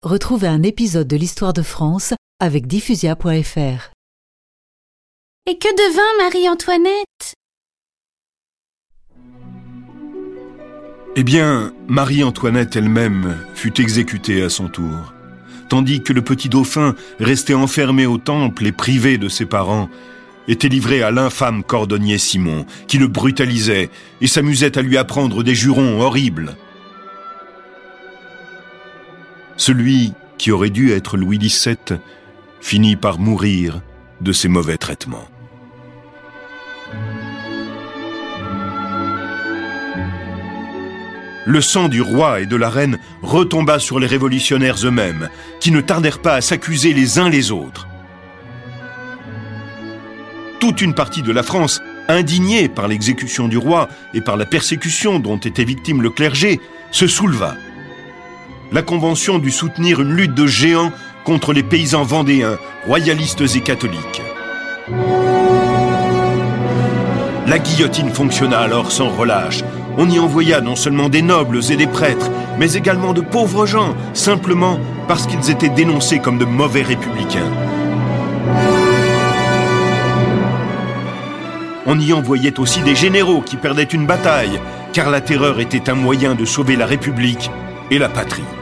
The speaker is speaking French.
Retrouvez un épisode de l'Histoire de France avec diffusia.fr. Et que devint Marie-Antoinette ? Eh bien, Marie-Antoinette elle-même fut exécutée à son tour, tandis que le petit dauphin, resté enfermé au temple et privé de ses parents, était livré à l'infâme cordonnier Simon, qui le brutalisait et s'amusait à lui apprendre des jurons horribles. Celui qui aurait dû être Louis XVII finit par mourir de ses mauvais traitements. Le sang du roi et de la reine retomba sur les révolutionnaires eux-mêmes, qui ne tardèrent pas à s'accuser les uns les autres. Toute une partie de la France, indignée par l'exécution du roi et par la persécution dont était victime le clergé, se souleva. La Convention dut soutenir une lutte de géants contre les paysans vendéens, royalistes et catholiques. La guillotine fonctionna alors sans relâche. On y envoya non seulement des nobles et des prêtres, mais également de pauvres gens, simplement parce qu'ils étaient dénoncés comme de mauvais républicains. On y envoyait aussi des généraux qui perdaient une bataille, car la terreur était un moyen de sauver la République et la patrie.